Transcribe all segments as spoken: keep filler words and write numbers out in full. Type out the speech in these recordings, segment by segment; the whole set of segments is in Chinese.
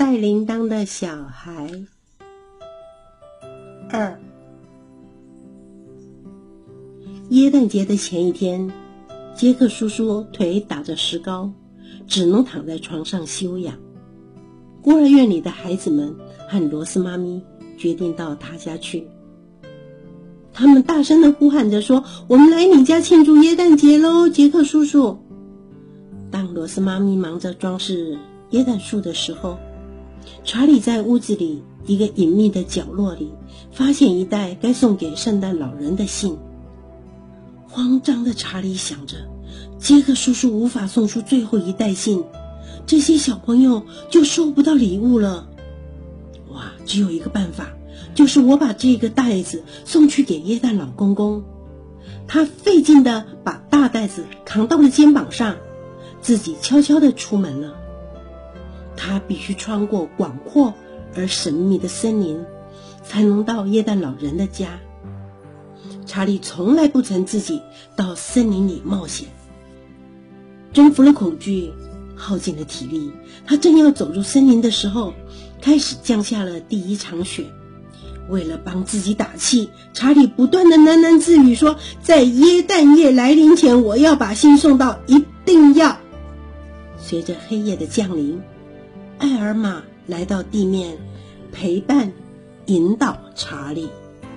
带铃铛的小孩。二，耶诞节的前一天，杰克叔叔腿打着石膏，只能躺在床上休养。孤儿院里的孩子们和罗斯妈咪决定到他家去。他们大声地呼喊着说：“我们来你家庆祝耶诞节喽，杰克叔叔！”当罗斯妈咪忙着装饰耶诞树的时候，查理在屋子里一个隐秘的角落里发现一袋该送给圣诞老人的信。慌张的查理想着，杰克叔叔无法送出最后一袋信，这些小朋友就收不到礼物了。哇，只有一个办法，就是我把这个袋子送去给耶诞老公公。他费劲地把大袋子扛到了肩膀上，自己悄悄地出门了。他必须穿过广阔而神秘的森林，才能到耶诞老人的家。查理从来不曾自己到森林里冒险，征服了恐惧，耗尽了体力，他正要走入森林的时候，开始降下了第一场雪。为了帮自己打气，查理不断地喃喃自语说：“在耶诞夜来临前，我要把信送到，一定要。”随着黑夜的降临，艾尔玛来到地面，陪伴引导查理。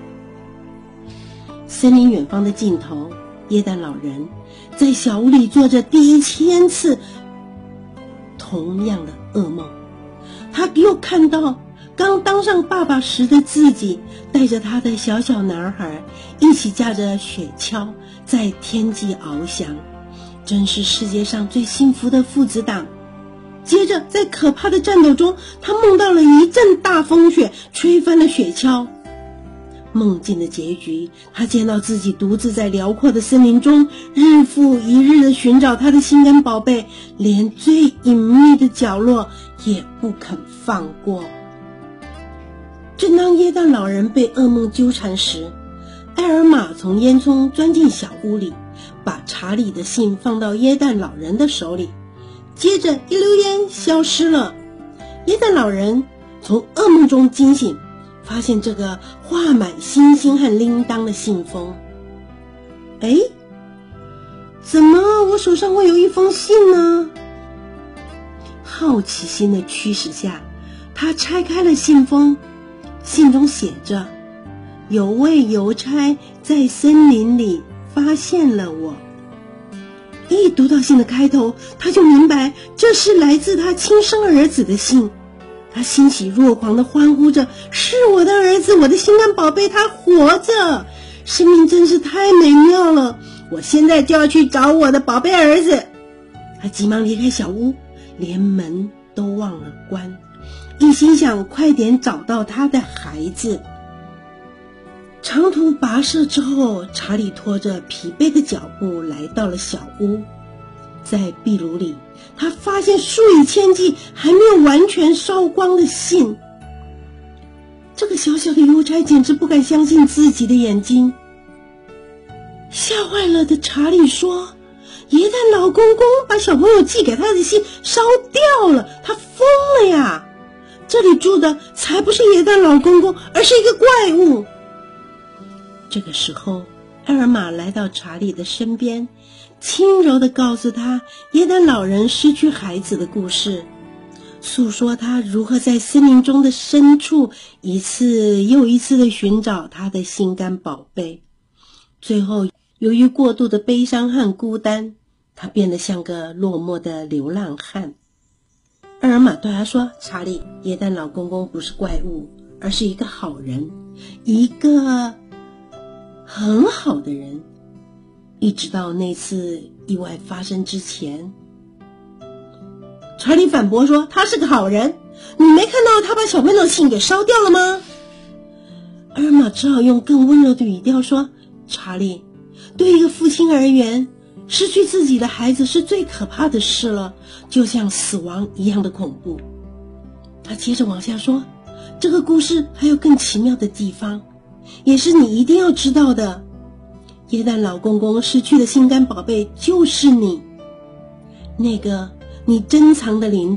森林远方的尽头，耶诞老人在小屋里做着第一千次同样的噩梦。他又看到刚当上爸爸时的自己，带着他的小小男孩一起驾着雪橇在天际翱翔，真是世界上最幸福的父子档。接着在可怕的战斗中，他梦到了一阵大风雪吹翻了雪橇。梦境的结局，他见到自己独自在辽阔的森林中日复一日地寻找他的心肝宝贝，连最隐秘的角落也不肯放过。正当耶诞老人被噩梦纠缠时，艾尔玛从烟囱钻进小屋里，把查理的信放到耶诞老人的手里，接着一溜烟消失了。耶诞老人从噩梦中惊醒，发现这个画满星星和铃铛的信封。哎，怎么我手上会有一封信呢？好奇心的驱使下，他拆开了信封，信中写着：“有位邮差在森林里发现了我。”一读到信的开头，他就明白这是来自他亲生儿子的信。他欣喜若狂地欢呼着：“是我的儿子，我的心肝宝贝，他活着！生命真是太美妙了！我现在就要去找我的宝贝儿子。”他急忙离开小屋，连门都忘了关，一心想快点找到他的孩子。长途跋涉之后，查理拖着疲惫的脚步来到了小屋。在壁炉里，他发现数以千计还没有完全烧光的信。这个小小的邮差简直不敢相信自己的眼睛。吓坏了的查理说：“耶诞老公公把小朋友寄给他的信烧掉了，他疯了呀！这里住的才不是耶诞老公公，而是一个怪物。”这个时候，艾尔玛来到查理的身边，轻柔地告诉他耶诞老人失去孩子的故事，诉说他如何在森林中的深处一次又一次地寻找他的心肝宝贝。最后，由于过度的悲伤和孤单，他变得像个落寞的流浪汉。艾尔玛对他说：“查理，耶诞老公公不是怪物，而是一个好人，一个很好的人。一直到那次意外发生之前。”查理反驳说：“他是个好人，你没看到他把小朋友的信给烧掉了吗？”艾尔玛只好用更温柔的语调说：“查理，对一个父亲而言，失去自己的孩子是最可怕的事了，就像死亡一样的恐怖。”他接着往下说：“这个故事还有更奇妙的地方，也是你一定要知道的。耶诞老公公失去的心肝宝贝就是你，那个你珍藏的铃铛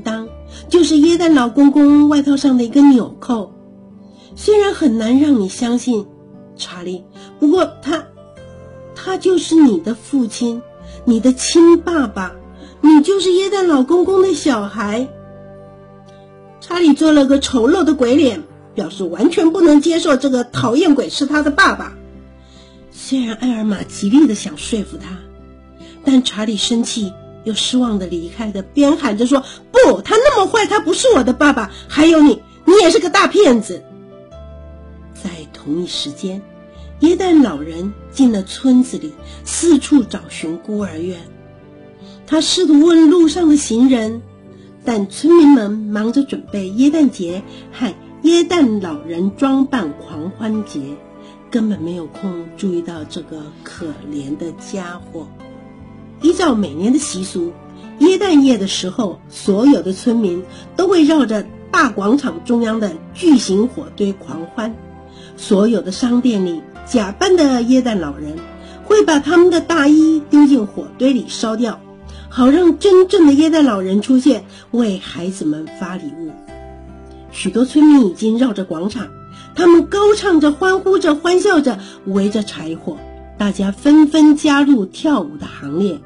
就是耶诞老公公外套上的一个纽扣。虽然很难让你相信，查理，不过他他就是你的父亲，你的亲爸爸，你就是耶诞老公公的小孩。查理做了个丑陋的鬼脸，表示完全不能接受这个讨厌鬼是他的爸爸。虽然艾尔玛极力的想说服他，但查理生气又失望的离开的，边喊着说，不，他那么坏，他不是我的爸爸，还有你，你也是个大骗子。在同一时间，耶诞老人进了村子里，四处找寻孤儿院。他试图问路上的行人，但村民们忙着准备耶诞节和耶诞老人装扮狂欢节，根本没有空注意到这个可怜的家伙。依照每年的习俗，耶诞夜的时候，所有的村民都会绕着大广场中央的巨型火堆狂欢。所有的商店里，假扮的耶诞老人会把他们的大衣丢进火堆里烧掉，好让真正的耶诞老人出现，为孩子们发礼物。许多村民已经绕着广场，他们高唱着，欢呼着，欢笑着，围着柴火，大家纷纷加入跳舞的行列。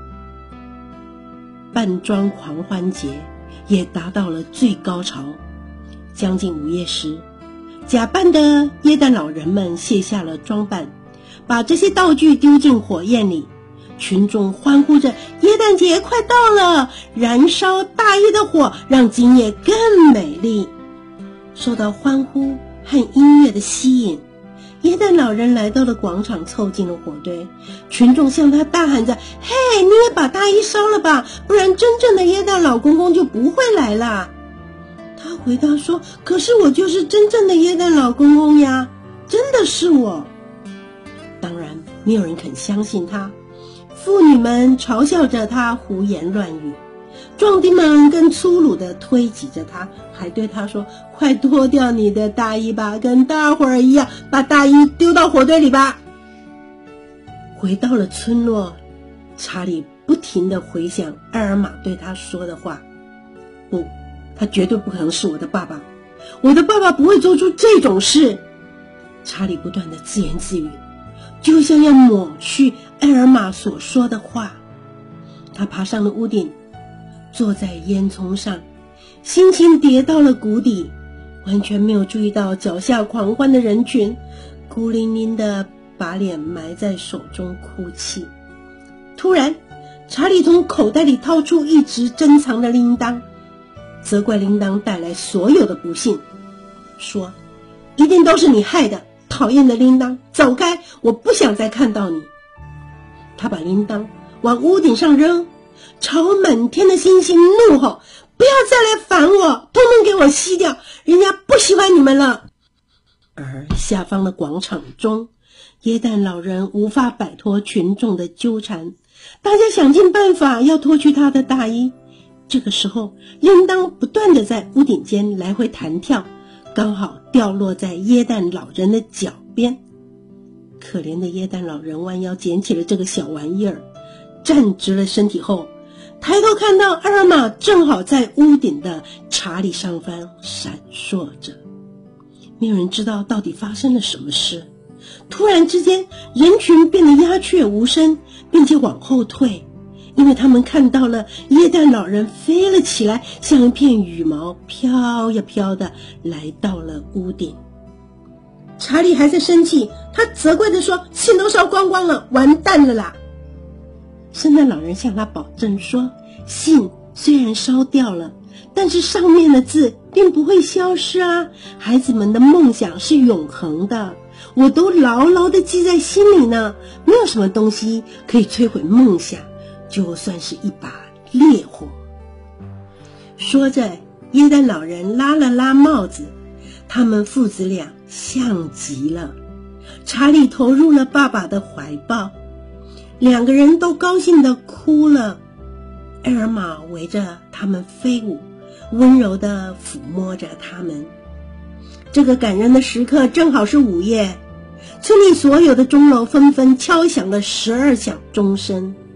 扮装狂欢节也达到了最高潮。将近午夜时，假扮的耶诞老人们卸下了装扮，把这些道具丢进火焰里。群众欢呼着，耶诞节快到了，燃烧大衣的火让今夜更美丽。受到欢呼和音乐的吸引，耶诞老人来到了广场，凑近了火堆。群众向他大喊着，嘿，你也把大衣烧了吧，不然真正的耶诞老公公就不会来了。他回答说，可是我就是真正的耶诞老公公呀，真的是我。当然没有人肯相信他，妇女们嘲笑着他胡言乱语，壮丁们更粗鲁地推挤着他，还对他说，快脱掉你的大衣吧，跟大伙儿一样，把大衣丢到火堆里吧。回到了村落，查理不停地回想艾尔玛对他说的话，不，他绝对不可能是我的爸爸，我的爸爸不会做出这种事。查理不断地自言自语，就像要抹去艾尔玛所说的话。他爬上了屋顶，坐在烟囱上，心情跌到了谷底，完全没有注意到脚下狂欢的人群，孤零零地把脸埋在手中哭泣。突然，查理从口袋里掏出一直珍藏的铃铛，责怪铃铛带来所有的不幸，说，一定都是你害的，讨厌的铃铛，走开，我不想再看到你。他把铃铛往屋顶上扔，朝满天的星星怒吼，不要再来烦我，通通给我熄掉，人家不喜欢你们了。而下方的广场中，耶诞老人无法摆脱群众的纠缠，大家想尽办法要脱去他的大衣。这个时候，铃铛不断地在屋顶间来回弹跳，刚好掉落在耶诞老人的脚边。可怜的耶诞老人弯腰捡起了这个小玩意儿，站直了身体后，抬头看到艾尔玛正好在屋顶的查理上方闪烁着。没有人知道到底发生了什么事。突然之间，人群变得鸦雀无声，并且往后退，因为他们看到了耶诞老人飞了起来，像一片羽毛飘呀飘的来到了屋顶。查理还在生气，他责怪地说，信都烧光光了，完蛋了啦。圣诞老人向他保证说，信虽然烧掉了，但是上面的字并不会消失啊，孩子们的梦想是永恒的，我都牢牢地记在心里呢，没有什么东西可以摧毁梦想，就算是一把烈火。说着，耶诞老人拉了拉帽子，他们父子俩像极了。查理投入了爸爸的怀抱，两个人都高兴地哭了。艾尔玛围着他们飞舞，温柔地抚摸着他们。这个感人的时刻正好是午夜，村里所有的钟楼纷纷敲响了十二响钟声。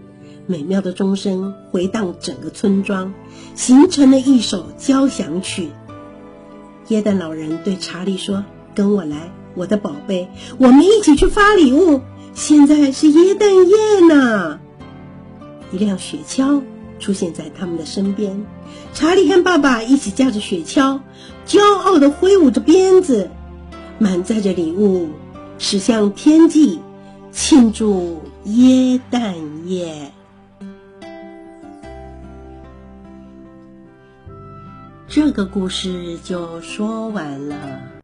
美妙的钟声回荡整个村庄，形成了一首交响曲。耶诞老人对查理说：跟我来，我的宝贝，我们一起去发礼物，现在是耶诞夜呢。一辆雪橇出现在他们的身边，查理和爸爸一起驾着雪橇，骄傲地挥舞着鞭子，满载着礼物驶向天际，庆祝耶诞夜。这个故事就说完了。